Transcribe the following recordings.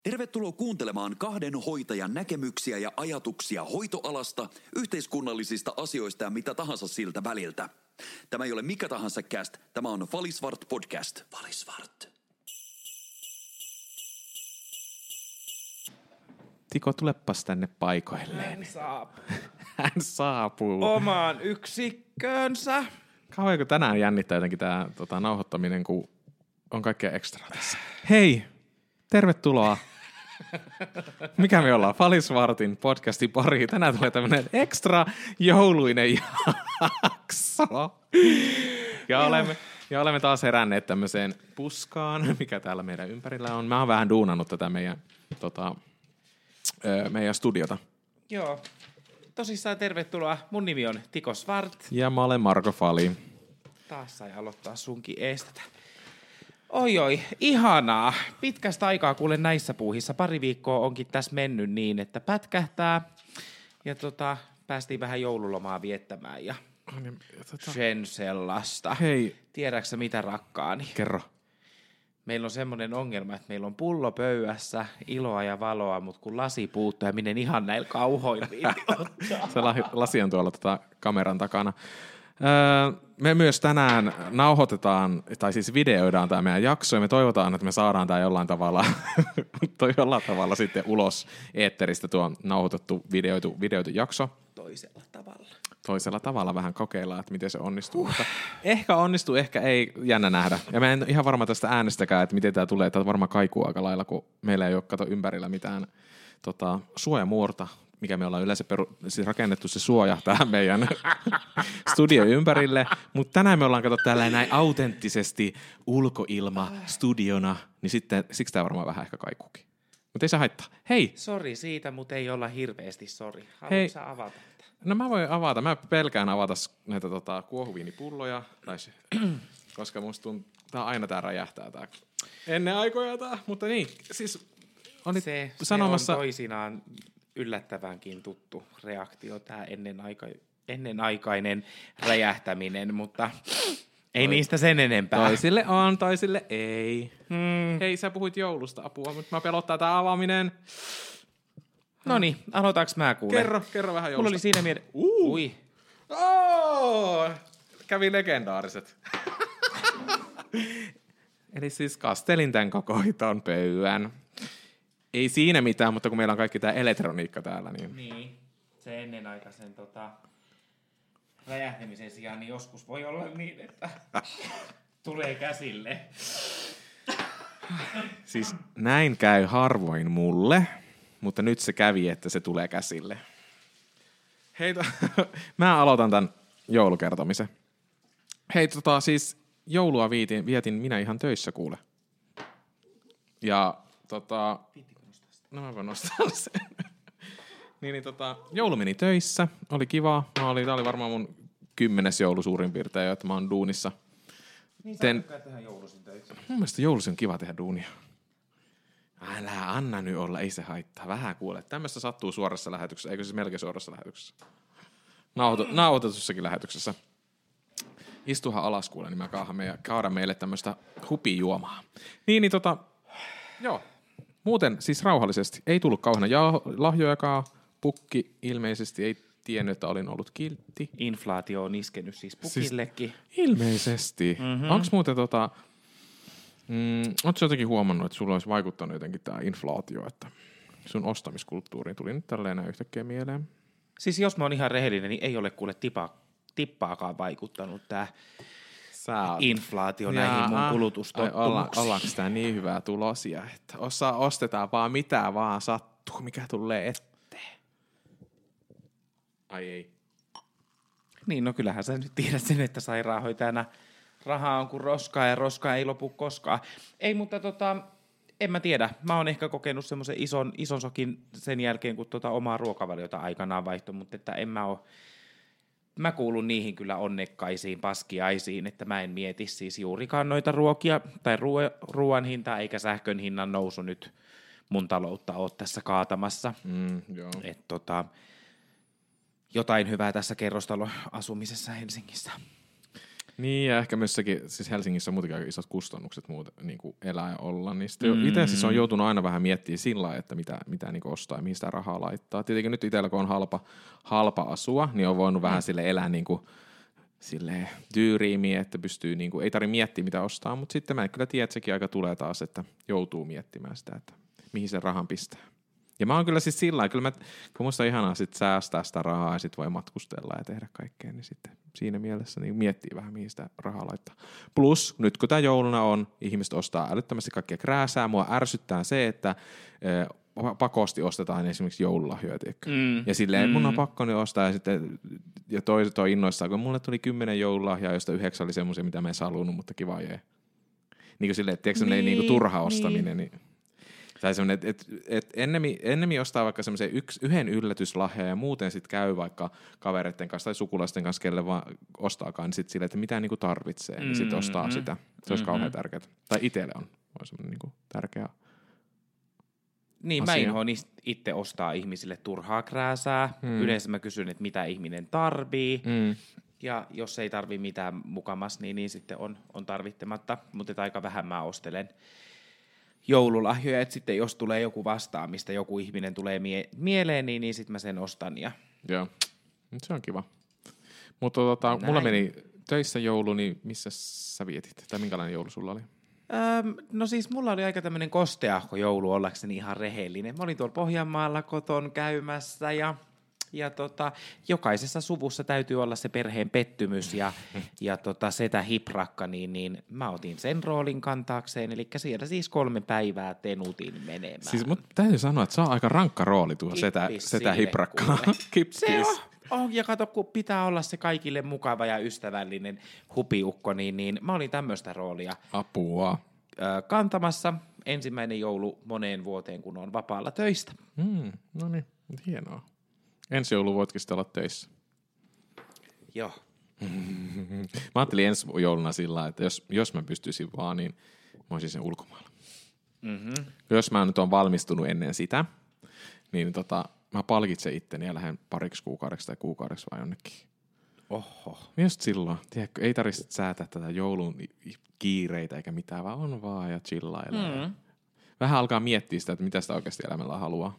Tervetuloa kuuntelemaan kahden hoitajan näkemyksiä ja ajatuksia hoitoalasta, yhteiskunnallisista asioista ja mitä tahansa siltä väliltä. Tämä ei ole mikä tahansa cast, tämä on Valisvart podcast. Valisvart. Tiko, tulepas tänne paikoilleen. Hän saapuu. Omaan yksikköönsä. Kauan kun tänään jännittää jotenkin tämä nauhoittaminen, kun on kaikkea ekstraa tässä. Hei, tervetuloa. Mikä me ollaan? Valisvartin podcastin pariin. Tänään tulee tämmöinen ekstra jouluinen jakso. Ja olemme taas heränneet tämmöiseen puskaan, mikä täällä meidän ympärillä on. Mä oon vähän duunannut tätä meidän studiota. Joo. Tosissaan tervetuloa. Mun nimi on Tiko Svart. Ja mä olen Marko Fali. Taas sai aloittaa sunkin eestetä. Oi, ihanaa. Pitkästä aikaa kuulen näissä puuhissa. Pari viikkoa onkin tässä mennyt niin, että pätkähtää. Ja päästiin vähän joululomaa viettämään ja sen sellaista. Hei. Tiedätkö mitä, rakkaani? Kerro. Meillä on semmoinen ongelma, että meillä on pullo pöydässä, iloa ja valoa, mutta kun lasi puuttuu ja menen ihan näillä kauhoilla. Se lasi on tuolla kameran takana. Me myös tänään nauhoitetaan, tai siis videoidaan tämä meidän jakso, ja me toivotaan, että me saadaan tämä jollain tavalla sitten ulos eetteristä tuo nauhoitettu, videoitu jakso. Toisella tavalla vähän kokeillaan, että miten se onnistuu. Mutta ehkä onnistuu, ehkä ei, jännä nähdä. Ja mä en ihan varma tästä äänestäkään, että miten tämä tulee. Tämä varmaan kaikuu aika lailla, kun meillä ei ole ympärillä mitään suojamuorta, mikä me ollaan yleensä siis rakennettu se suoja tähän meidän studio ympärille. Mutta tänään me ollaan tällainen näin autenttisesti ulkoilma studiona, niin sitten siksi tämä varmaan vähän ehkä kaikuukin. Mutta ei se haittaa. Hei! Sori siitä, mutta ei olla hirveästi sori. Haluatko sä avata? No mä voin avata. Mä pelkään avata näitä kuohuviinipulloja, koska musta tuntuu, aina tää räjähtää tää ennen aikoja tää, mutta niin, siis olit sanomassa... Se on toisinaan yllättävänkin tuttu reaktio, tää ennenaikainen räjähtäminen, mutta ei niistä sen enempää. Toisille on, toisille ei. Hei, sä puhuit joulusta, apua, mutta mä pelottaa tää avaaminen. Noniin, aloitaanko mä kuule? Kerro vähän joulusta. Mulla oli siinä Ui. Kävi legendaariset. Eli siis kastelin tän koko hiton pöydän. Ei siinä mitään, mutta kun meillä on kaikki tää elektroniikka täällä, niin... Niin, se ennenaikaisen räjähtämisen sijaan, niin joskus voi olla niin, että tulee käsille. Siis näin käy harvoin mulle, mutta nyt se kävi, että se tulee käsille. Hei, mä aloitan tän joulukertomisen. Hei, siis joulua vietin minä ihan töissä, kuule. Ja no mä voin nostaa sen. Joulu meni töissä, oli kiva. Tää oli varmaan mun 10. joulu suurin piirtein, että mä oon duunissa. Niin sä tykkää tehdä joulusin töissä. Mun mielestä joulusin on kiva tehdä duunia. Älä anna nyt olla, ei se haittaa. Vähän kuule. Tämmöistä sattuu suorassa lähetyksessä, eikö siis melkein suorassa lähetyksessä? Nauhoitetussakin lähetyksessä. Istuhan alas kuule, niin mä kaadan meille tämmöistä hupijuomaa. Joo. Muuten siis rauhallisesti. Ei tullut kauheana lahjojakaan. Pukki ilmeisesti ei tiennyt, että olin ollut kiltti. Inflaatio on iskenyt siis pukillekin. Siis ilmeisesti. Onks muuten ootko jotenkin huomannut, että sulla olisi vaikuttanut jotenkin tää inflaatio, että sun ostamiskulttuuriin tuli nyt tälleen näin yhtäkkiä mieleen? Siis jos mä oon ihan rehellinen, niin ei ole kuule tippaakaan vaikuttanut tää inflaatio näihin mun kulutustottumuksiin. Ollaanko tää niin hyvää tulosia, että ostetaan vaan mitä vaan sattuu, mikä tulee eteen? Ai ei. Niin, no kyllähän sä nyt tiedät sen, että sairaanhoitajana rahaa on kuin roskaa ja roskaa ei lopu koskaan. Ei, mutta en mä tiedä. Mä oon ehkä kokenut semmoisen ison sokin sen jälkeen, kun omaa ruokavaliota aikanaan vaihtoi, mutta että mä kuulun niihin kyllä onnekkaisiin paskiaisiin, että mä en mieti siis juurikaan noita ruokia tai ruoan hintaa eikä sähkön hinnan nousu nyt mun taloutta ole tässä kaatamassa. Joo. Jotain hyvää tässä kerrostaloasumisessa Helsingissä. Niin, ja ehkä myös sekin, siis Helsingissä on muutenkin aika isot kustannukset muuten niin kuin elää ja olla, niin sitten itse siis on joutunut aina vähän miettimään sillä lailla, että mitä niin kuin ostaa ja mihin sitä rahaa laittaa. Tietenkin nyt itsellä, kun on halpa asua, niin on voinut vähän sille elää niin kuin silleen tyyriimiin, että pystyy, niin kuin, ei tarvitse miettiä mitä ostaa, mutta sitten mä kyllä tiedän, että sekin aika tulee taas, että joutuu miettimään sitä, että mihin sen rahan pistää. Ja mä oon kyllä siis sillä lailla, kun musta on ihanaa sit säästää sitä rahaa ja sit voi matkustella ja tehdä kaikkea, niin sitten siinä mielessä niin miettii vähän, mihin sitä rahaa laittaa. Plus, nyt kun tää jouluna on, ihmiset ostaa älyttömästi kaikkea krääsää, mua ärsyttää se, että pakosti ostetaan esimerkiksi joululahjoja, ja silleen mun on pakko ne ostaa, ja sitten ja toiset on innoissaan, kun mulle tuli 10 joululahjaa, josta 9 oli semmoisia, mitä mä en halunnut, mutta kiva jee. Niin kuin silleen, että tiedätkö semmoinen niin turha ostaminen, niin tai semmoinen, että ennemmin ostaa vaikka semmoisen yhden yllätyslahjan ja muuten sitten käy vaikka kavereiden kanssa tai sukulaisten kanssa, kelle vaan ostaakaan, niin sitten silleen, että mitä niinku tarvitsee, niin sitten ostaa sitä. Se olisi kauhean tärkeää. Tai itselle on semmoinen niinku tärkeä niin, asia. mä inhoan itse ostaa ihmisille turhaa krääsää. Yleensä mä kysyn, että mitä ihminen tarvii. Ja jos ei tarvii mitään mukamas, niin sitten on tarvittamatta. Mutta aika vähän mä ostelen joululahjoja, että sitten jos tulee joku vastaan, mistä joku ihminen tulee mieleen, niin sitten mä sen ostan. Joo, se on kiva. Mutta mulla meni töissä joulu, niin missä sä vietit? Tai minkälainen joulu sulla oli? No siis mulla oli aika tämmöinen kosteahko joulu, ollakseni ihan rehellinen. Mä olin tuolla Pohjanmaalla koton käymässä ja jokaisessa suvussa täytyy olla se perheen pettymys ja setä hiprakka, niin mä otin sen roolin kantaakseen, eli siellä siis 3 päivää tenutin menemään. Siis mut täytyy sanoa, että se on aika rankka rooli tuo setä hiprakka. Se on, ja kato, kun pitää olla se kaikille mukava ja ystävällinen hupiukko, niin mä olin tämmöistä roolia Apua. Kantamassa ensimmäinen joulu moneen vuoteen, kun on vapaalla töistä. No niin, hienoa. Ensi joulu voitkin sitten olla töissä. Joo. Mä ajattelin ensi jouluna sillä, että jos mä pystyisin vaan, niin mä olisin sen ulkomailla. Jos mä nyt on valmistunut ennen sitä, niin mä palkitsen itteni ja lähden pariksi kuukaudeksi tai kuukaudeksi vai jonnekin. Oho. Just silloin, tiedätkö, ei tarvitse säätää tätä joulun kiireitä eikä mitään, vaan on vaan ja chillailee. Vähän alkaa miettiä sitä, että mitä sitä oikeasti elämällä haluaa.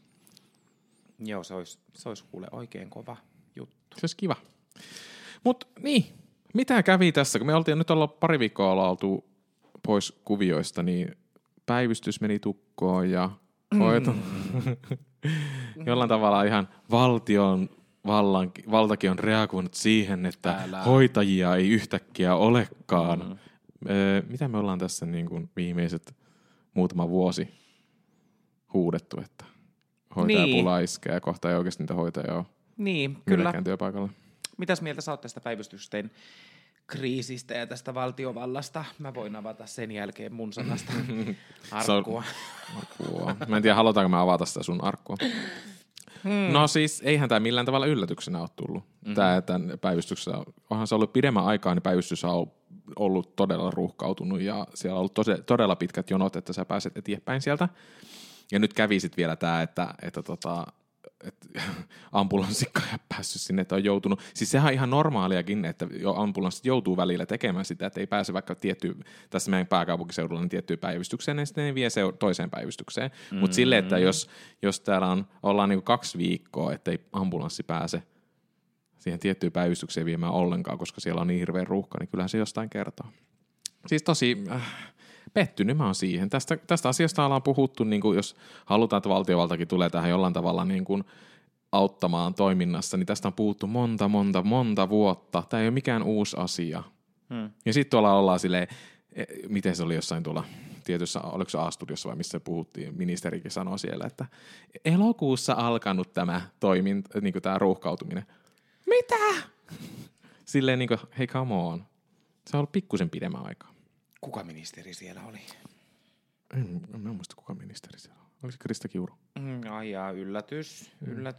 Joo, se olisi kuule oikein kova juttu. Se olisi kiva. Mut niin, mitä kävi tässä? Kun me oltiin nyt pari viikkoa oltu pois kuvioista, niin päivystys meni tukkoon ja jollain tavalla ihan valtakin on reagoinut siihen, että hoitajia ei yhtäkkiä olekaan. Mitä me ollaan tässä niin kuin viimeiset muutama vuosi huudettu, että hoitajapula iskee ja kohta ei oikeasti niitä hoitajia ole kyllä. työpaikalla. Mitäs mieltä sä oot tästä päivystysten kriisistä ja tästä valtiovallasta? Mä voin avata sen jälkeen mun sanasta arkkua. Mä en tiedä, halutaanko me avata sitä sun arkkua. No siis, eihän tämä millään tavalla yllätyksenä ole tullut. Tämän päivystyksessä, onhan se ollut pidemmän aikaa, niin päivystys on ollut todella ruuhkautunut ja siellä on ollut todella pitkät jonot, että sä pääset eteenpäin sieltä. Ja nyt kävi sitten vielä tämä, että ambulanssikka ei päässyt sinne, että on joutunut. Siis sehän on ihan normaaliakin, että ambulanssit joutuu välillä tekemään sitä, että ei pääse vaikka tässä meidän pääkaupunkiseudulla niin tiettyyn päivystykseen, niin sitten ne vie toiseen päivystykseen. Mutta silleen, että jos täällä ollaan niinku 2 viikkoa, ettei ambulanssi pääse siihen tiettyyn päivystykseen viemään ollenkaan, koska siellä on niin hirveän ruuhka, niin kyllähän se jostain kertoo. Siis tosi pettynyt mä oon siihen. Tästä asiasta ollaan puhuttu, niin kuin jos halutaan, että valtiovaltakin tulee tähän jollain tavalla niin kuin auttamaan toiminnassa, niin tästä on puhuttu monta vuotta. Tämä ei ole mikään uusi asia. Ja sitten tuolla ollaan silleen, miten se oli jossain tuolla tietyssä, oliko se A-studiossa vai missä puhuttiin, ministerikin sanoi siellä, että elokuussa alkanut tämä toiminta, niin kuin tämä ruuhkautuminen. Mitä? Silleen niin kuin, hei come on. Se on ollut pikkusen pidemmän aikaa. Kuka ministeri siellä oli? En muista, kuka ministeri siellä on. Oliko se Krista Kiuru? Yllätys.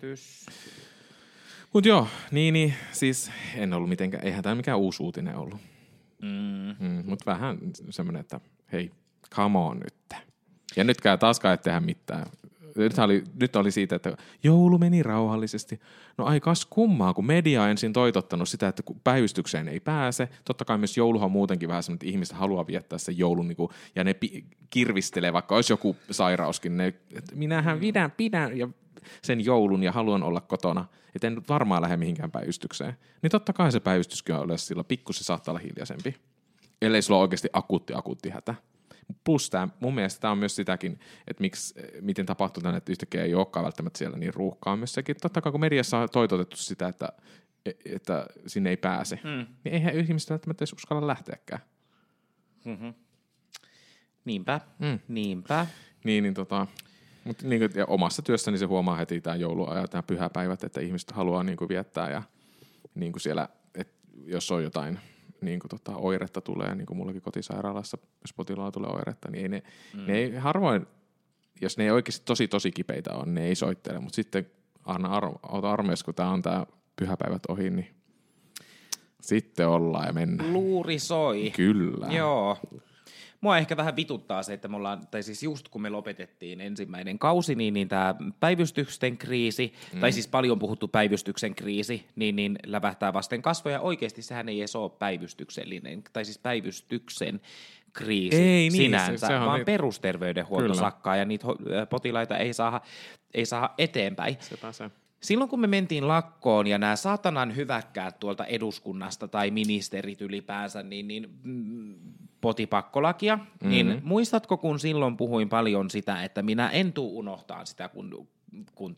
Mut joo, niin, siis en ollut mitenkään, eihän tämä mikään uusi uutinen ollut. Mut vähän semmoinen, että hei, come on nyt. Ja nytkään taaskaan et tehdä mitään nyt oli siitä, että joulu meni rauhallisesti. No ai kas kummaa, kun media on ensin toitottanut sitä, että päivystykseen ei pääse. Totta kai myös jouluhan on muutenkin vähän sellainen, että ihmiset haluaa viettää sen joulun, niin kuin, ja ne kirvistelee, vaikka olisi joku sairauskin. Että minähän pidän ja sen joulun ja haluan olla kotona, että en varmaan lähde mihinkään päivystykseen. Niin totta kai se päivystyskin on yleensä sillä pikkusen saattaa olla hiljaisempi. Ellei sulla ole oikeasti akuutti hätä. Plus mun mielestä tämä on myös sitäkin, että miten tapahtuu tänne, että yhtäkkiä ei olekaan välttämättä siellä niin ruuhkaa myös sekin. Totta kai kun mediassa on toitotettu sitä, että sinne ei pääse, niin eihän ihmiset välttämättä edes uskalla lähteäkään. Mm-hmm. Niinpä. Mutta ja omassa työssäni se huomaa heti tämä joulua ja tämä pyhäpäivät, että ihmiset haluaa niin kuin viettää ja niin kuin siellä, että jos on jotain niin kuin oiretta tulee, niin kuin mullakin kotisairaalassa, jos potilaalla tulee oiretta, niin ne ei harvoin, jos ne ei oikeasti tosi kipeitä on, ne ei soittele, mutta sitten aina armeijassa, kun tämä on tämä pyhäpäivät ohi, niin sitten ollaan ja mennään. Luuri soi. Kyllä. Joo. Mua ehkä vähän vituttaa se, että me ollaan, tai siis just kun me lopetettiin ensimmäinen kausi, niin tämä päivystysten kriisi, tai siis paljon puhuttu päivystyksen kriisi, niin lävähtää vasten kasvoja. Oikeasti sehän ei edes ole päivystyksellinen, tai siis päivystyksen kriisi ei sinänsä, se vaan perusterveydenhuolto sakkaa, ja niitä potilaita ei saa eteenpäin. Sepä se. Silloin kun me mentiin lakkoon ja nämä saatanan hyväkkäät tuolta eduskunnasta tai ministerit ylipäänsä, niin potipakkolakia, niin muistatko, kun silloin puhuin paljon sitä, että minä en tule unohtaa sitä, kun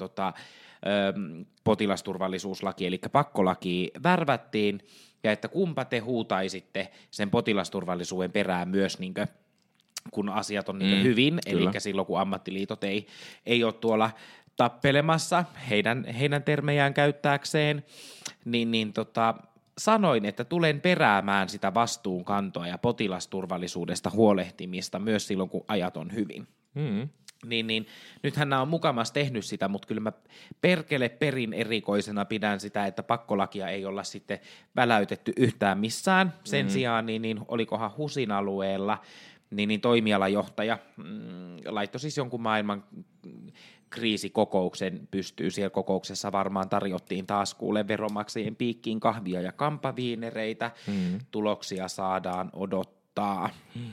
potilasturvallisuuslaki, eli pakkolaki värvättiin, ja että kumpa te huutaisitte sen potilasturvallisuuden perään myös niinkö, kun asiat on niinkö hyvin, eli silloin kun ammattiliitot ei ole tuolla tappelemassa heidän termejään käyttääkseen, niin sanoin, että tulen peräämään sitä vastuunkantoa ja potilasturvallisuudesta huolehtimista myös silloin, kun ajat on hyvin. Niin nythän nämä on mukamas tehnyt sitä, mutta kyllä mä perkele perin erikoisena pidän sitä, että pakkolakia ei olla sitten väläytetty yhtään missään. Sen sijaan, niin olikohan HUSin alueella, niin toimialajohtaja laittoi siis jonkun maailman kriisikokouksen pystyy. Siellä kokouksessa varmaan tarjottiin taas kuule veronmaksajien piikkiin kahvia ja kampaviinereitä. Tuloksia saadaan odottaa.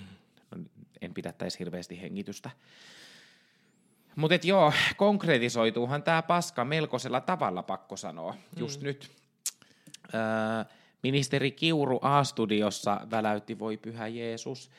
En pidättäisi hirveästi hengitystä. Mutta joo, konkretisoituuhan tämä paska melkoisella tavalla, pakko sanoa. Just nyt ministeri Kiuru A-studiossa väläytti, voi pyhä Jeesus,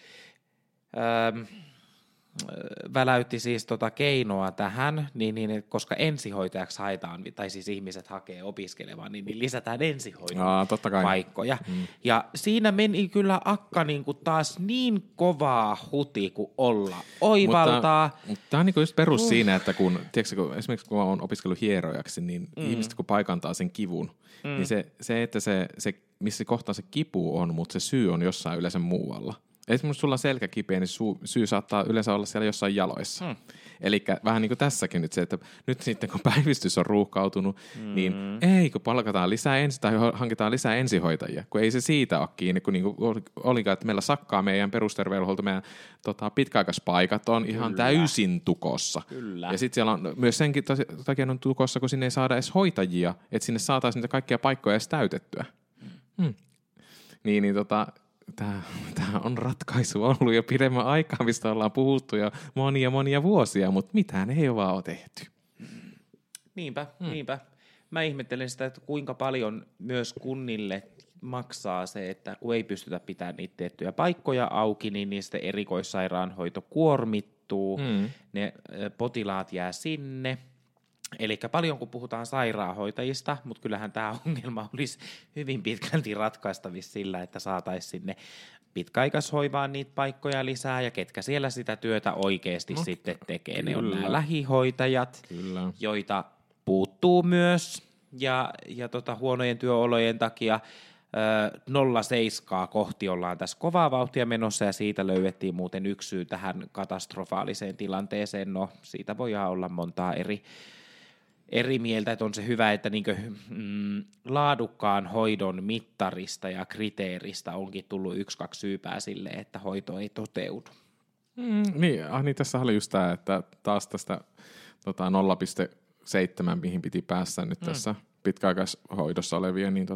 väläytti siis keinoa tähän, niin koska ensihoitajaksi haetaan, tai siis ihmiset hakee opiskelemaan, niin lisätään ensihoidon paikkoja. Ja siinä meni kyllä akka niinku taas niin kovaa huti kuin olla oivaltaa. Mutta tämä on niinku just perus siinä, että tiedätkö, kun esimerkiksi kun olen opiskellut hierojaksi, niin ihmiset kun paikantaa sen kivun, niin se että se, missä kohtaa se kipu on, mutta se syy on jossain yleensä muualla. Esimerkiksi sulla on selkä kipeä, niin syy saattaa yleensä olla siellä jossain jaloissa. Eli vähän niin kuin tässäkin nyt se, että nyt sitten kun päivystys on ruuhkautunut, niin ei kun palkataan lisää tai hankitaan lisää ensihoitajia, kun ei se siitä ole kiinni, kun niin kuin olikaan, että meillä sakkaa meidän perusterveydenhuolto, meidän pitkäaikaispaikat on ihan täysin tukossa. Kyllä. Ja sitten siellä on myös senkin takia on tukossa, kun sinne ei saada edes hoitajia, että sinne saataisiin niitä kaikkia paikkoja edes täytettyä. Tämä on ratkaisu ollut jo pidemmän aikaa, mistä ollaan puhuttu jo monia vuosia, mutta mitään ei ole vaan tehty. Niinpä. Mä ihmettelen sitä, että kuinka paljon myös kunnille maksaa se, että kun ei pystytä pitämään niitä tiettyjä paikkoja auki, niin niistä erikoissairaanhoito kuormittuu, ne potilaat jää sinne. Eli paljon kun puhutaan sairaanhoitajista, mutta kyllähän tämä ongelma olisi hyvin pitkälti ratkaistavissa sillä, että saataisiin sinne pitkäaikaishoivaan niitä paikkoja lisää, ja ketkä siellä sitä työtä oikeasti sitten tekee. Ne on nämä lähihoitajat, joita puuttuu myös, ja huonojen työolojen takia 0,7 kohti ollaan tässä kovaa vauhtia menossa, ja siitä löydettiin muuten yksi syy tähän katastrofaaliseen tilanteeseen. No, siitä voidaan olla montaa eri mieltä, että on se hyvä, että laadukkaan hoidon mittarista ja kriteeristä onkin tullut 1-2 syypää sille, että hoito ei toteudu. Niin tässä oli just tämä, että taas tästä 0,7, mihin piti päästä nyt tässä pitkäaikaishoidossa olevien, niin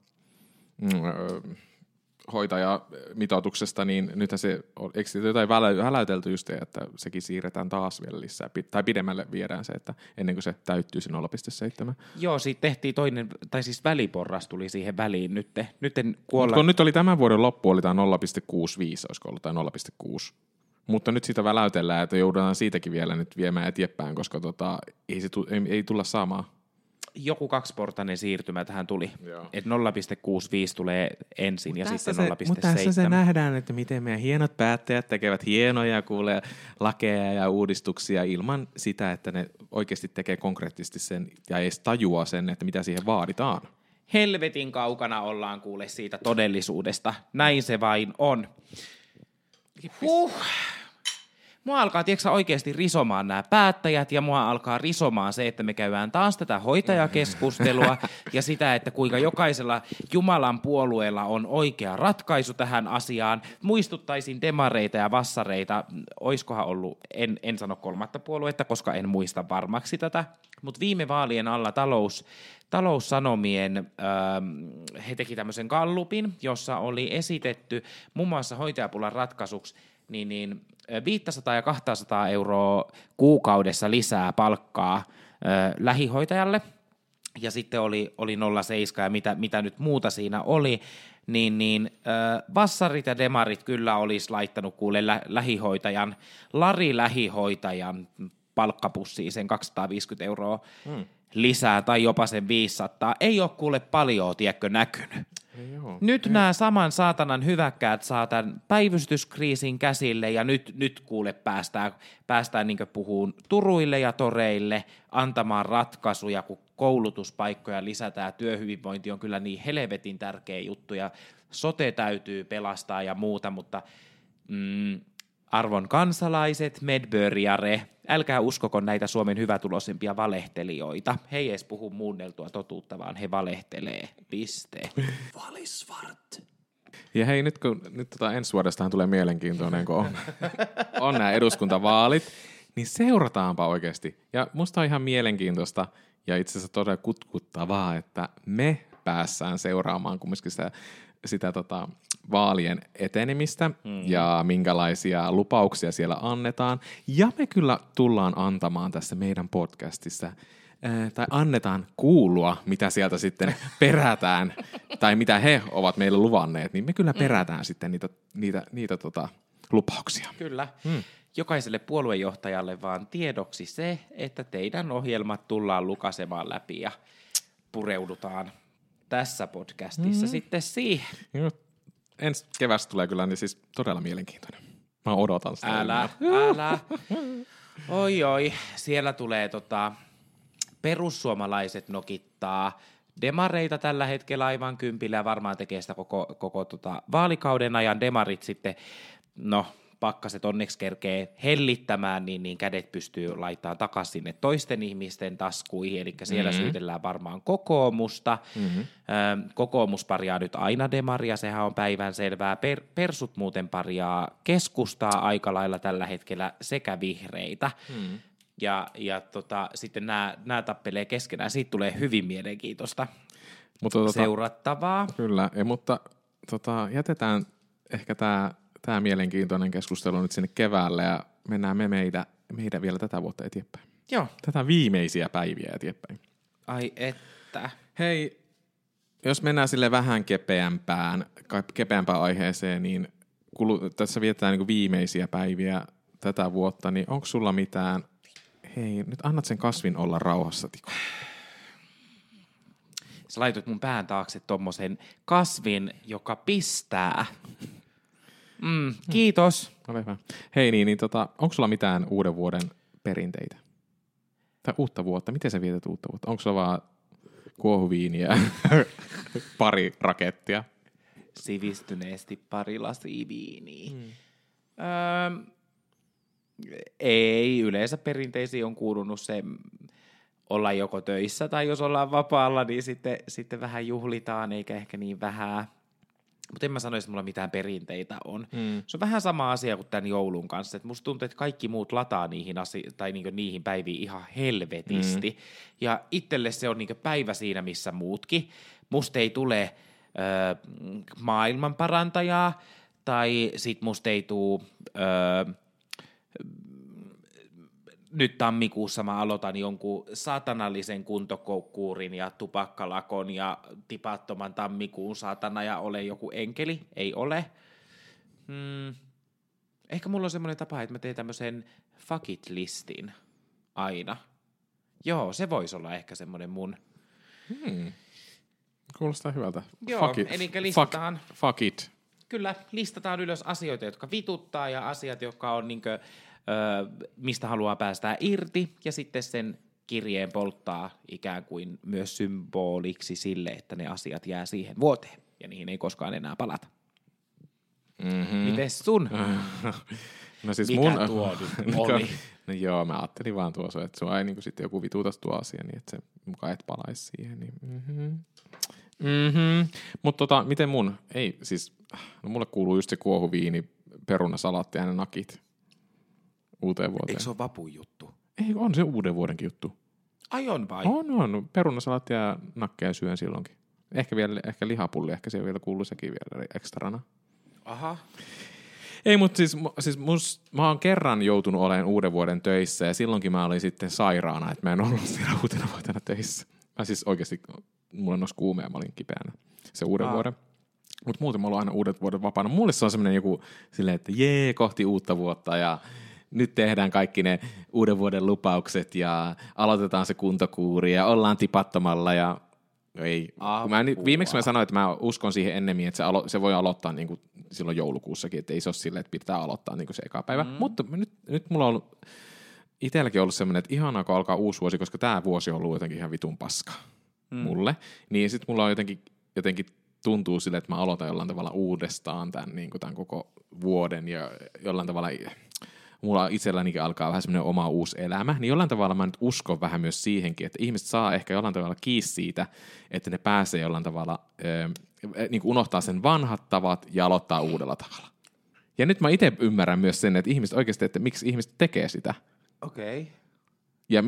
hoitajamitoituksesta, niin nythän se, eikö jotain väläytelty just, että sekin siirretään taas vielä lisää, tai pidemmälle viedään se, että ennen kuin se täyttyy se 0,7. Joo, siitä tehtiin toinen, tai siis väliporras tuli siihen väliin nyt. Nyt oli tämän vuoden loppu, oli tämä 0,65, olisiko ollut, tai 0,6. Mutta nyt sitä väläytellään, että joudutaan siitäkin vielä nyt viemään eteenpäin, koska ei tulla saamaan. Joku 2-portainen siirtymä tähän tuli. Että 0,65 tulee ensin ja sitten 0,7. Mutta tässä se nähdään, että miten meidän hienot päättäjät tekevät hienoja lakeja ja uudistuksia ilman sitä, että ne oikeasti tekee konkreettisesti sen ja ei edes tajua sen, että mitä siihen vaaditaan. Helvetin kaukana ollaan kuule siitä todellisuudesta. Näin se vain on. Mua alkaa, tiedätkö, oikeasti risomaan nämä päättäjät ja mua alkaa risomaan se, että me käydään taas tätä hoitajakeskustelua ja sitä, että kuinka jokaisella Jumalan puolueella on oikea ratkaisu tähän asiaan. Muistuttaisin demareita ja vassareita, oiskohan ollut, en sano 3. puoluetta, koska en muista varmaksi tätä, mutta viime vaalien alla Taloussanomien, he teki tämmöisen gallupin, jossa oli esitetty muun muassa hoitajapulan ratkaisuksi niin 500 ja 200 euroa kuukaudessa lisää palkkaa lähihoitajalle, ja sitten oli 0,7 ja mitä nyt muuta siinä oli, niin vassarit ja demarit kyllä olisi laittanut kuule lähihoitajan palkkapussiin sen 250 euroa lisää tai jopa sen 500. Ei ole kuule paljon, tiedätkö, näkynyt. Nyt nämä saman saatanan hyväkkäät saa tämän päivystyskriisin käsille ja nyt kuule päästään niin puhuun turuille ja toreille, antamaan ratkaisuja, kun koulutuspaikkoja lisätään ja työhyvinvointi on kyllä niin helvetin tärkeä juttu ja sote täytyy pelastaa ja muuta, mutta arvon kansalaiset, medbörjare, älkää uskoko näitä Suomen hyvätuloisimpia valehtelijoita. He ei edes puhu muunneltua totuutta, vaan he valehtelee. Piste. Valisvart. Ja hei, nyt ensi vuodestahan tulee mielenkiintoinen, kun on nämä eduskuntavaalit, niin seurataanpa oikeasti. Ja musta on ihan mielenkiintoista ja itse asiassa todella kutkuttavaa, että me päässään seuraamaan kumminkin sitä vaalien etenemistä ja minkälaisia lupauksia siellä annetaan. Ja me kyllä tullaan antamaan tässä meidän podcastissa, tai annetaan kuulua, mitä sieltä sitten perätään, tai mitä he ovat meille luvanneet, niin me kyllä perätään sitten niitä lupauksia. Kyllä. Jokaiselle puoluejohtajalle vaan tiedoksi se, että teidän ohjelmat tullaan lukasemaan läpi ja pureudutaan tässä podcastissa sitten siihen. Ensi kevästä tulee kyllä niin siis todella mielenkiintoinen. Mä odotan sitä. Älä. Oi, siellä tulee perussuomalaiset nokittaa demareita tällä hetkellä aivan kympillä ja varmaan tekee sitä koko vaalikauden ajan. Demarit sitten, pakkaset onneksi kerkee hellittämään, niin kädet pystyy laittamaan takaisin sinne toisten ihmisten taskuihin, eli siellä syytellään varmaan kokoomusta. Kokoomus parjaa nyt aina demaria, sehän on päivänselvää. Persut muuten parjaa keskustaa aika lailla tällä hetkellä sekä vihreitä. Ja sitten nämä tappelee keskenään. Siitä tulee hyvin mielenkiintoista seurattavaa. Kyllä, mutta jätetään ehkä tämä mielenkiintoinen keskustelu nyt sinne keväälle ja mennään meidän vielä tätä vuotta eteenpäin. Joo. Tätä viimeisiä päiviä eteenpäin. Ai että. Hei, jos mennään sille vähän kepeämpään aiheeseen, niin tässä vietetään niin viimeisiä päiviä tätä vuotta, niin onko sulla mitään? Hei, nyt annat sen kasvin olla rauhassa, Tiko. Sä laitoit mun pään taakse tommosen kasvin, joka pistää. Kiitos. Ole hyvä. Hei, onko sulla mitään uuden vuoden perinteitä? Tai uutta vuotta? Miten sä vietät uutta vuotta? Onko sulla vaan kuohuviiniä, pari rakettia? Sivistyneesti pari lasia viiniä. Ei, yleensä perinteisiin on kuulunut se olla joko töissä tai jos ollaan vapaalla, niin sitten vähän juhlitaan, eikä ehkä niin vähän. Mutta en mä sanoisi, että mulla mitään perinteitä on. Se on vähän sama asia kuin tämän joulun kanssa. Et musta tuntuu, että kaikki muut lataa niihin päiviin ihan helvetisti. Ja itselle se on niinku päivä siinä, missä muutkin. Musta ei tule maailmanparantajaa, tai sit musta ei tule... Nyt tammikuussa mä aloitan jonkun saatanallisen kuntokoukkuurin ja tupakkalakon ja tipattoman tammikuun saatana ja ole joku enkeli. Ei ole. Ehkä mulla on semmoinen tapa, että mä teen tämmöisen fuck it-listin aina. Joo, se voisi olla ehkä semmoinen mun. Kuulostaa hyvältä. Joo, eli listataan. Fuck it. Kyllä, listataan ylös asioita, jotka vituttaa ja asiat, jotka on niinkö... mistä haluaa päästää irti, ja sitten sen kirjeen polttaa ikään kuin myös symboliksi sille, että ne asiat jää siihen vuoteen, ja niihin ei koskaan enää palata. Mites sun? No siis mikä tuo nyt oli? No joo, mä ajattelin vaan tuossa, että sua ei niin sitten joku vituutas tuo asia, niin että se mukaan et palaisi siihen. Niin. Mutta miten mun? Ei, siis, no mulle kuuluu just se kuohuviini, perunasalaatti ja ne nakit. Uuteen vuoteen. Eikö se ole vapun juttu? Ei, on se uuden vuodenkin juttu. Ai on vai? On. Perunasalaatti ja nakkeja syön silloinkin. Ehkä lihapulli, ehkä siellä vielä kuuluu sekin vielä ekstrana. Aha. Ei, mutta siis mä oon kerran joutunut olemaan uuden vuoden töissä ja silloinkin mä olin sitten sairaana, että mä en ollut siellä uutena vuotena töissä. Mä siis oikeasti, mulla nousi kuume ja mä olin kipeänä se uuden vuoden. Mutta muuten mä oon aina uudet vuodet vapaana. Mulle se on semmoinen joku silleen, että jee, kohti uutta vuotta ja nyt tehdään kaikki ne uuden vuoden lupaukset ja aloitetaan se kuntokuuri ja ollaan tipattomalla ja ei. Viimeksi mä sanoin, että mä uskon siihen ennemmin, että se voi aloittaa niin kuin silloin joulukuussakin, että ei se ole silleen, että pitää aloittaa niin kuin se eka päivä. Mutta nyt mulla on ollut, itselläkin ollut semmoinen, että ihanaa kun alkaa uusi vuosi, koska tämä vuosi on ollut jotenkin ihan vitun paska mulle. Niin sit mulla on jotenkin tuntuu silleen, että mä aloitan jollain tavalla uudestaan tämän, niin kuin tämän koko vuoden ja jollain tavalla... Mulla itsellänikin alkaa vähän semmoinen oma uusi elämä, niin jollain tavalla mä nyt uskon vähän myös siihenkin, että ihmiset saa ehkä jollain tavalla kiinni siitä, että ne pääsee jollain tavalla, niin kuin unohtaa sen vanhat tavat ja aloittaa uudella tavalla. Ja nyt mä itse ymmärrän myös sen, että ihmiset oikeasti, että miksi ihmiset tekee sitä. Okei. Ja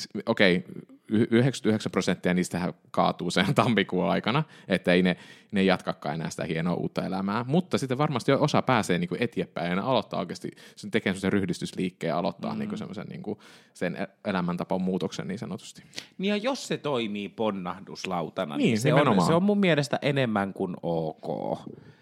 99% niistähän kaatuu sen tammikuun aikana, että ei ne jatkakaan enää sitä hienoa uutta elämää. Mutta sitten varmasti osa pääsee niinku eteenpäin ja ne aloittaa oikeasti, se tekee semmoisen ryhdistysliikkeen ja aloittaa niinku semmoisen niinku sen elämäntapan muutoksen niin sanotusti. Niin ja jos se toimii ponnahduslautana, niin se on mun mielestä enemmän kuin ok.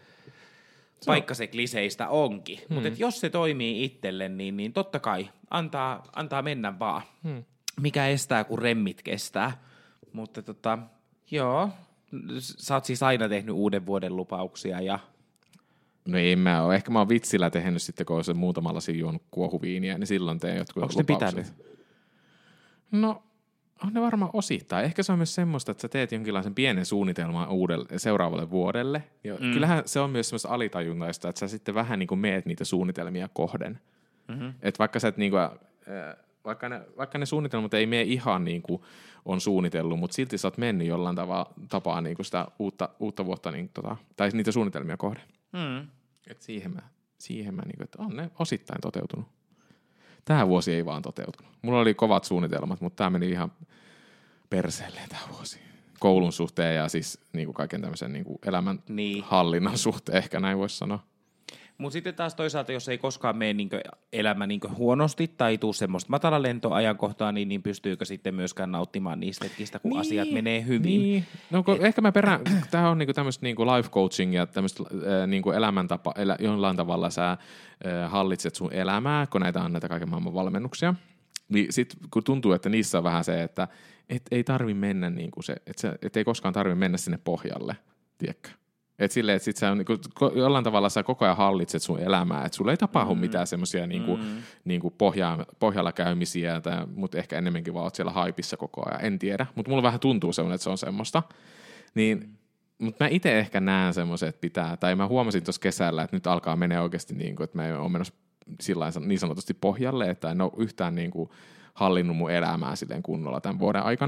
Vaikka se kliseistä onkin. Mutta jos se toimii itselle, niin totta kai antaa mennä vaan. Mikä estää, kun remmit kestää. Mutta joo, sä oot siis aina tehnyt uuden vuoden lupauksia ja... No ei mä ole. Ehkä mä oon vitsillä tehnyt sitten, kun olen muutamalla juonut kuohuviiniä, niin silloin teen jotkut lupaukset. Onko ne pitänyt? No, on ne varmaan osittain. Ehkä se on myös semmoista, että sä teet jonkinlaisen pienen suunnitelman seuraavalle vuodelle. Ja kyllähän se on myös semmoista alitajuntaista, että sä sitten vähän niin kuin meet niitä suunnitelmia kohden. Että vaikka sä et niin kuin... Vaikka ne suunnitelmat ei mene ihan niin kuin on suunnitellut, mutta silti sä oot mennyt jollain tapaa niin kuin sitä uutta vuotta niin, tai niitä suunnitelmia kohden. Et siihen mä niin kuin, että on ne osittain toteutunut. Tämä vuosi ei vaan toteutunut. Mulla oli kovat suunnitelmat, mutta tämä meni ihan perseelleen tämä vuosi. Koulun suhteen ja siis niin kuin kaiken tämmöisen niin kuin elämän hallinnan suhteen, ehkä näin voisi sanoa. Mutta sitten taas toisaalta, jos ei koskaan mene elämä huonosti tai tuu semmoista matalalentoajankohtaa, niin pystyykö sitten myöskään nauttimaan niistä hetkistä, kun asiat menee hyvin? Niin. No, ehkä mä tämä on tämmöistä life coaching ja tämmöistä elämäntapa, jollain tavalla sä hallitset sun elämää, kun näitä on näitä kaiken maailman valmennuksia. Niin sit kun tuntuu, että niissä on vähän se, että ei tarvi mennä että ei koskaan tarvi mennä sinne pohjalle, tiedätkö? Että silleen, että sit sä jollain tavalla sä koko ajan hallitset sun elämää, että sulla ei tapahdu mitään semmoisia niinku pohjalla käymisiä, mutta ehkä enemmänkin vaan oot siellä haipissa koko ajan, en tiedä. Mutta mulla vähän tuntuu semmoinen, että se on semmoista. Mutta mä itse ehkä näen semmoisen, että pitää, tai mä huomasin tuossa kesällä, että nyt alkaa menee oikeasti että mä oon menossa niin sanotusti pohjalle, että en ole yhtään hallinnut mun elämää silleen kunnolla tämän vuoden aikana.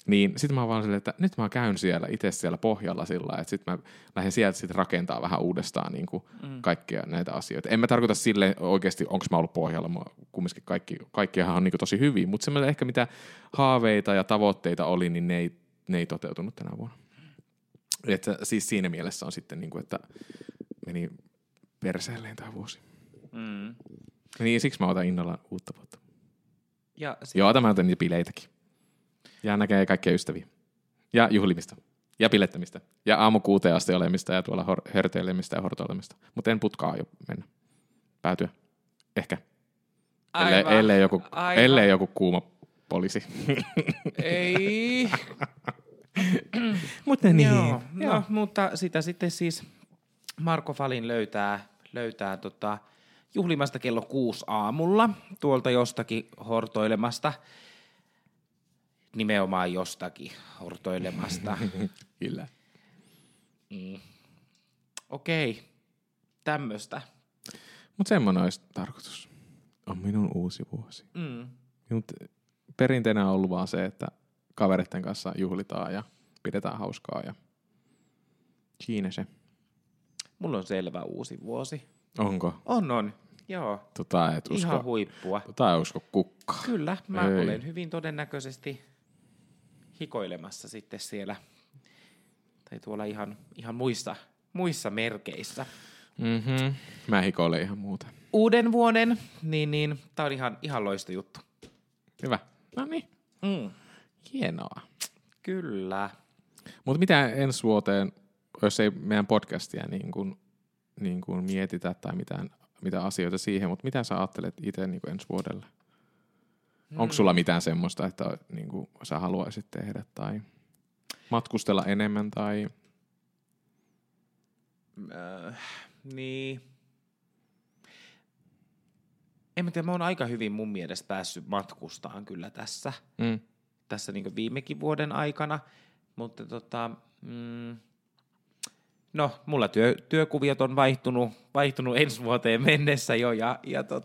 Niin sitten mä oon vaan silleen, että nyt mä käyn siellä itse siellä pohjalla sillä lailla, että sitten mä lähden sieltä sitten rakentaa vähän uudestaan niin kuin kaikkia näitä asioita. En mä tarkoita silleen oikeasti, onko mä ollut pohjalla, kumminkin kaikkihan on niin kuin tosi hyvin, mutta semmoinen ehkä mitä haaveita ja tavoitteita oli, niin ne ei toteutunut tänä vuonna. Että siis siinä mielessä on sitten, niin kuin, että meni perseelleen tämä vuosi. Niin siksi mä otan innolla uutta vuotta. Joo, mä otan niitä bileitäkin. Ja näkee kaikkia ystäviä. Ja juhlimista. Ja pilettämistä. Ja aamu 6 asti olemista ja tuolla hörteilemistä ja hortoilemista. Mutta en putkaa jo mennä. Päätyä. Ehkä. Ellei joku kuuma poliisi. Ei. Mutta niin. No, mutta sitä sitten siis Marko Falin löytää juhlimasta kello 6 aamulla tuolta jostakin hortoilemasta. Nimenomaan jostakin hortoilemasta. Kyllä. Okei, tämmöistä. Mutta semmoinen olisi tarkoitus. On minun uusi vuosi. Minun perinteenä on ollut vaan se, että kavereiden kanssa juhlitaan ja pidetään hauskaa. Ja siinä se. Mulla on selvä uusi vuosi. Onko? On. Joo. Et usko. Ihan huippua. Ei usko kukkaa. Kyllä, mä olen hyvin todennäköisesti hikoilemassa sitten siellä, tai tuolla ihan muissa merkeissä. Mä hikoilen ihan muuta. Uuden vuoden, niin tää on ihan loista juttu. Hyvä. No niin. Hienoa. Kyllä. Mutta mitä ensi vuoteen, jos ei meidän podcastia niin kuin mietitä tai mitä asioita siihen, mutta mitä sä ajattelet itse niin kuin ensi vuodelle? Onko sulla mitään semmoista, että niin kuin sä haluaisit tehdä tai matkustella enemmän tai? Niin. En mä tiedä, mä oon aika hyvin mun mielestä päässyt matkustaan kyllä tässä niin kuin viimekin vuoden aikana, mutta no, mulla työkuviot on vaihtunut ensi vuoteen mennessä jo ja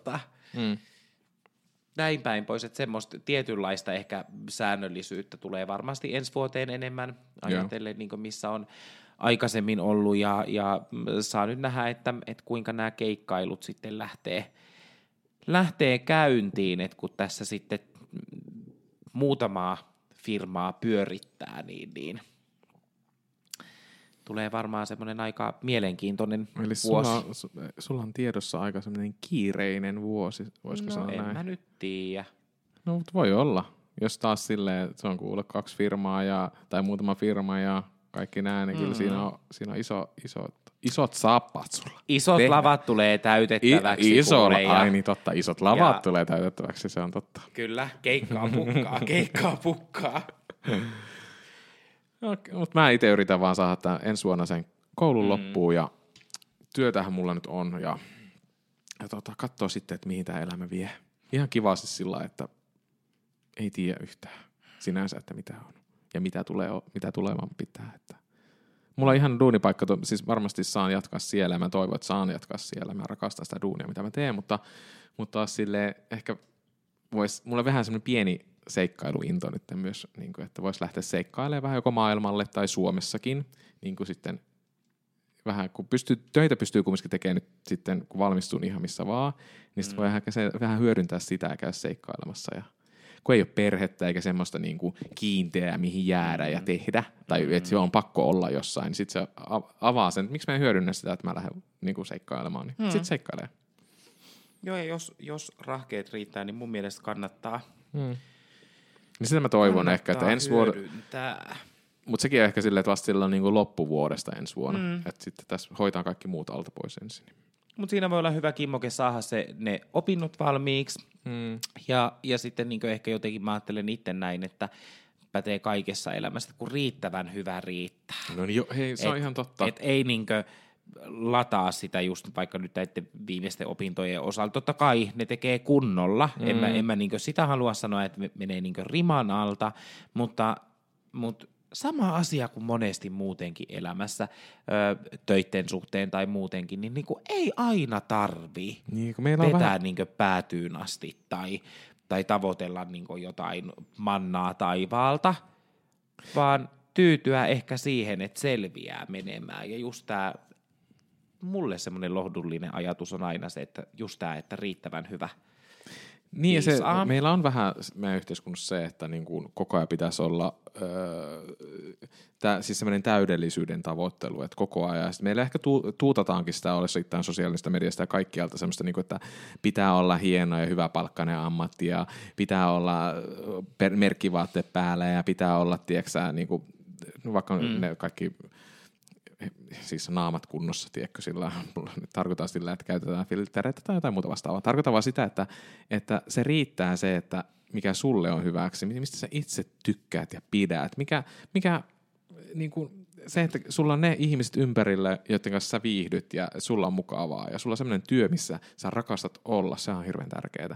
näin päin pois, että semmoista tietynlaista ehkä säännöllisyyttä tulee varmasti ensi vuoteen enemmän ajatellen, niin kuin missä on aikaisemmin ollut ja saa nyt nähdä, että kuinka nämä keikkailut sitten lähtee käyntiin, että kun tässä sitten muutamaa firmaa pyörittää, niin tulee varmaan semmoinen aika mielenkiintoinen eli vuosi. Sulla on tiedossa aika semmoinen kiireinen vuosi, voisiko sanoa näin? No en mä nyt tiedä. No mutta voi olla, jos taas silleen, että se on kuule 2 firmaa tai muutama firma ja kaikki nämä, niin kyllä siinä on isot saappaat sulla. Isot lavat tulee täytettäväksi. Isot lavat tulee täytettäväksi, se on totta. Kyllä, keikkaa pukkaa. No, mutta mä itse yritän vaan saada tämän ensi vuonna sen koulun loppuun ja työtähän mulla nyt on ja katsoa sitten, että mihin tämä elämä vie. Ihan kivasti sillä, että ei tiedä yhtään sinänsä, että mitä on ja mitä tulemaan pitää. Että mulla on ihan duunipaikka, siis varmasti saan jatkaa siellä ja mä toivon, että saan jatkaa siellä. Mä rakastan sitä duunia, mitä mä teen, mutta taas silleen ehkä mulla on vähän semmoinen pieni seikkailuinto nyt myös, niin kuin, että voisi lähteä seikkailemaan vähän joko maailmalle tai Suomessakin, niin kuin sitten vähän, kun töitä pystyy kumminkin tekemään nyt sitten, kun valmistun ihan missä vaan, niin sitten voi vähän hyödyntää sitä ja käydä seikkailemassa. Ja, kun ei ole perhettä eikä semmoista niin kuin kiinteää, mihin jäädä ja tehdä, tai että se on pakko olla jossain, niin sitten se avaa sen, että miksi mä en hyödynnä sitä, että mä lähden niin kuin seikkailemaan, niin sitten seikkailee. Joo, ja jos rahkeet riittää, niin mun mielestä kannattaa. Niin sitä mä toivon ehkä, että ensi vuonna. Mutta sekin on ehkä silleen, että vasta silloin niin kuin loppuvuodesta ensi vuonna. Että sitten tässä hoitaa kaikki muut alta pois ensin. Mutta siinä voi olla hyvä kimmoke saada ne opinnot valmiiksi. Ja sitten niin ehkä jotenkin mä ajattelen itse näin, että pätee kaikessa elämässä, kun riittävän hyvä riittää. No niin hei, se on ihan totta. Että ei niinkö lataa sitä just vaikka nyt näiden viimeisten opintojen osalta. Totta kai ne tekee kunnolla. En mä niinkö sitä halua sanoa, että menee niinkö riman alta, mutta sama asia kuin monesti muutenkin elämässä, töitten suhteen tai muutenkin, niin niinku ei aina tarvii vetää niinkö päätyyn asti tai tavoitella niinku jotain mannaa taivaalta, vaan tyytyä ehkä siihen, että selviää menemään. Ja just tää, mulle semmoinen lohdullinen ajatus on aina se, että just tää, että riittävän hyvä. Niin ja se, meillä on vähän meidän yhteiskunnassa se, että niin kuin koko ajan pitäisi olla siis semmoinen täydellisyyden tavoittelu, että koko ajan. Sitten meillä ehkä tuutataankin sitä olesittain sosiaalista mediasta ja kaikkialta semmoista, niin kuin, että pitää olla hieno ja hyväpalkkainen ammatti ja pitää olla merkkivaatteet päällä ja pitää olla, tiedätkö niin kuin, vaikka ne kaikki siis naamat kunnossa, tiedätkö, sillä tarkoittaa sillä, että käytetään filtreitä tai jotain muuta vastaavaa. Tarkoittaa vaan sitä, että se riittää se, että mikä sulle on hyväksi, mistä sä itse tykkäät ja pidät, mikä niin kuin, se, että sulla on ne ihmiset ympärille, joiden kanssa sä viihdyt ja sulla on mukavaa ja sulla on semmoinen työ, missä sä rakastat olla, se on hirveän tärkeää.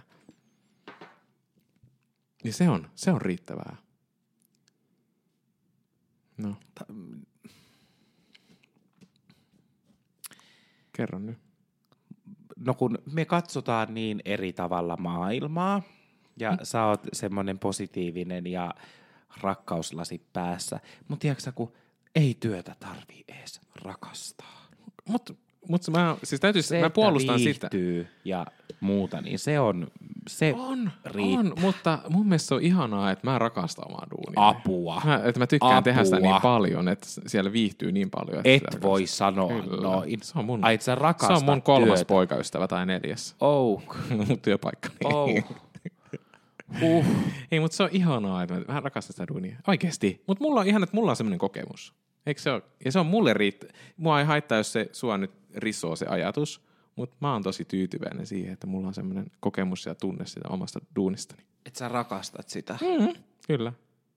Niin se on riittävää. No. Kerro nyt. No kun me katsotaan niin eri tavalla maailmaa ja sä oot semmoinen positiivinen ja rakkauslasi päässä, mutta tiedätkö kun ei työtä tarvii edes rakastaa. Mutta mä puolustan sitä. Ja muuta, niin se riittää. Mutta mun mielestä se on ihanaa, että mä rakastan omaa duunia. Apua. Että mä tykkään tehdä sitä niin paljon, että siellä viihtyy niin paljon. Et voi sanoa noin. Se on mun, sä rakastat se on mun 3. työtä. poikaystävä tai 4. Mun työpaikkani. Ei, mutta se on ihanaa, että mä rakastan sitä duunia. Oikeesti. Mutta mulla on ihana, että mulla on semmoinen kokemus. Eikö se ole? Ja se on mulle mua ei haittaa, jos se sua nyt risoo se ajatus, mutta mä oon tosi tyytyväinen siihen, että mulla on semmoinen kokemus ja tunne sitä omasta duunistani. Että sä rakastat sitä. Kyllä.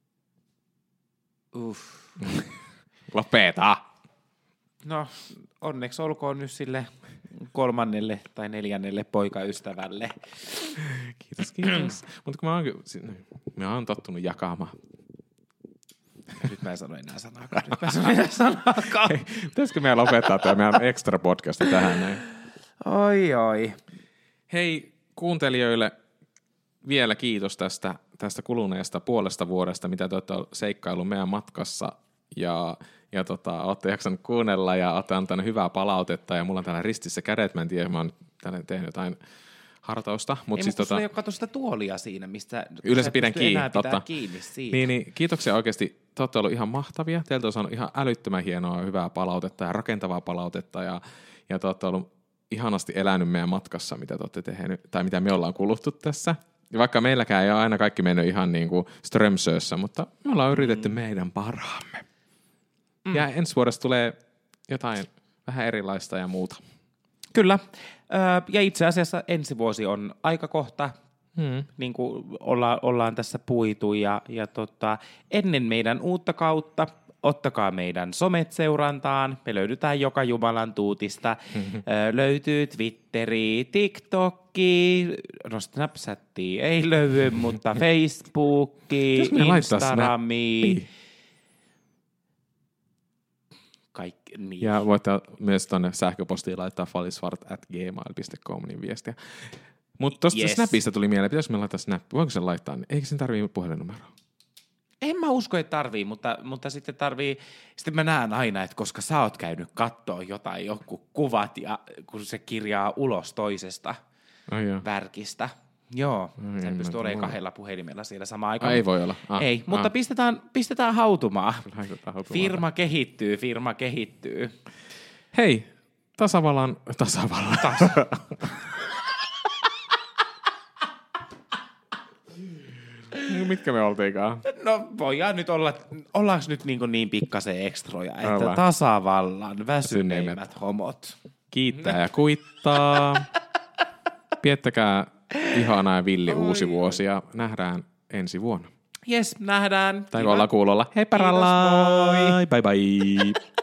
Lopeta! No, onneksi olkoon nyt sille 3. tai 4. poikaystävälle. Kiitos. Mutta kun mä oon tottunut jakamaan. Nyt mä en sano enää sanaakaan. Pitäisikö meidän lopettaa tämä meidän extra podcasti tähän näin? Oi. Hei kuuntelijoille vielä kiitos tästä kuluneesta puolesta vuodesta, mitä te olette seikkaillut meidän matkassa ja olette jaksanut kuunnella ja olette antanut hyvää palautetta ja mulla on täällä ristissä kädet, mä en tiedä, mä oon täällä tehnyt jotain hartausta. Ei, siis mutta sulla ei ole kato sitä tuolia siinä, mistä yleensä pidän kiinni siitä. Niin, kiitoksia oikeasti. Te olette olleet ihan mahtavia. Teiltä on saanut ihan älyttömän hienoa ja hyvää palautetta ja rakentavaa palautetta ja te olette ollut ihanasti elänyt meidän matkassa, mitä te olette tehneet, tai mitä me ollaan kuluttu tässä. Ja vaikka meilläkään ei ole aina kaikki mennyt ihan niin kuin Strömsössä, mutta me ollaan yritetty meidän parhaamme. Ja ensi vuodesta tulee jotain vähän erilaista ja muuta. Kyllä. Ja itse asiassa ensi vuosi on aika kohta, niin kuin ollaan tässä puitu. Ja ennen meidän uutta kautta, ottakaa meidän somet seurantaan. Me löydytään joka jumalan tuutista. Löytyy Twitteri, TikTokki, no Snapchatti ei löydy, mutta Facebookki, Instagrami. Kaikki, niin. Ja voitte myös tuonne sähköpostiin laittaa falisvart@gmail.com niin viestiä. Mutta tuosta Snapista tuli mieleen, pitäisikö me laittaa Snap? Voinko sen laittaa? Eikö sen tarvitse puhelinnumeroa? En mä usko, että tarvii, mutta sitten tarvii, sitten mä näen aina, että koska sä oot käynyt kattoo joku kuvat ja kun se kirjaa ulos toisesta värkistä. Joo, sen pystyy olemaan 2 puhelimella siellä samaan aikaan. Ei voi olla. Ei, mutta pistetään hautumaan. Firma kehittyy. Hei, tasavallan. Mitkä me oltiinkaan? No voidaan nyt ollaanko nyt niin pikkasen ekstroja, että tasavallan väsyneimmät homot. Kiittää ja kuittaa. Piettäkää ihanaa ja villi uusi vuosi ja nähdään ensi vuonna. Jes, nähdään. Tai ollaan kuulolla. Hei paralla. Bye bye.